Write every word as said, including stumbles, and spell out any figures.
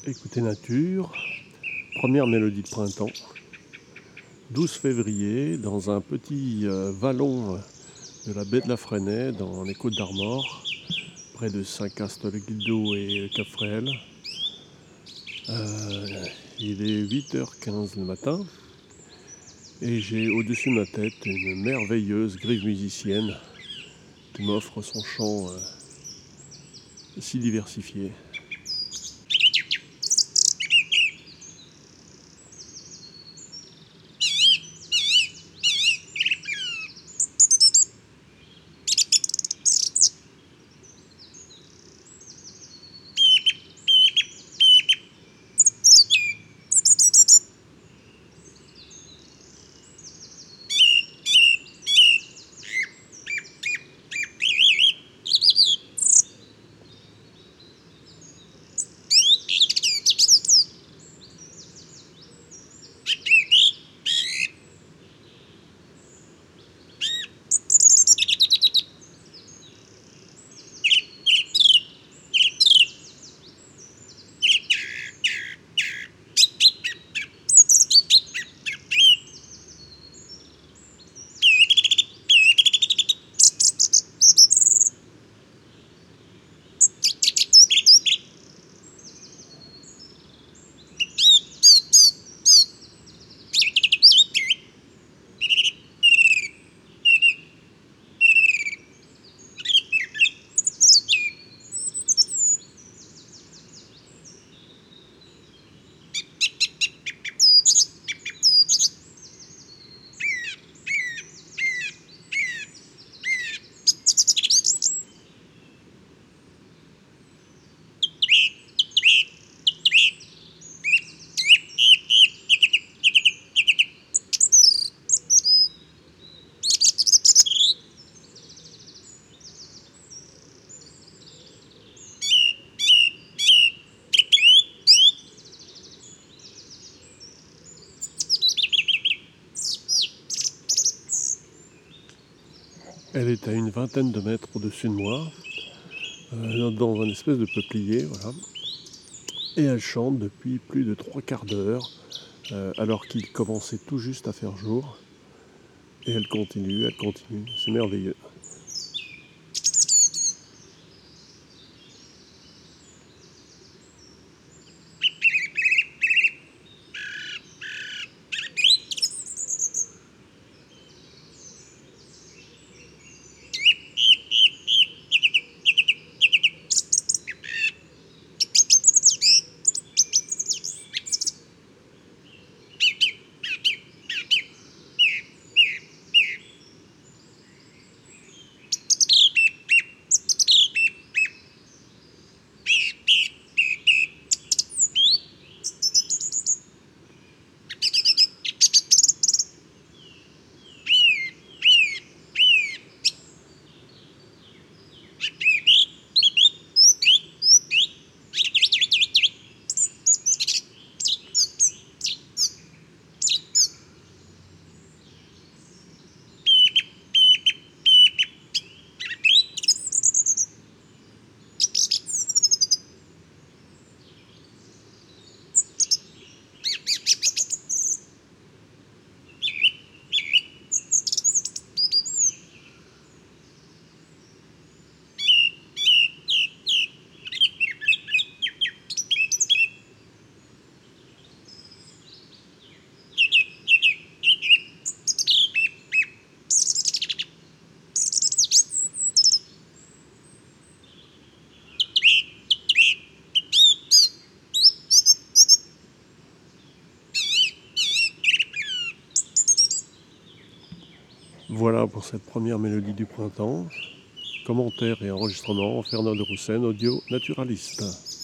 Écoutez Nature, première mélodie de printemps, douze février, dans un petit euh, vallon de la baie de la Fresnaye, dans les Côtes d'Armor, près de Saint-Cast-le-Guildo et le Cap Fréhel. Euh, il est huit heures quinze le matin et j'ai au-dessus de ma tête une merveilleuse grive musicienne qui m'offre son chant euh, si diversifié. Elle est à une vingtaine de mètres au-dessus de moi, euh, dans un espèce de peuplier, voilà. Et elle chante depuis plus de trois quarts d'heure, euh, alors qu'il commençait tout juste à faire jour. Et elle continue, elle continue, c'est merveilleux. Voilà pour cette première mélodie du printemps. Commentaires et enregistrements, Fernand de Roussen, audio naturaliste.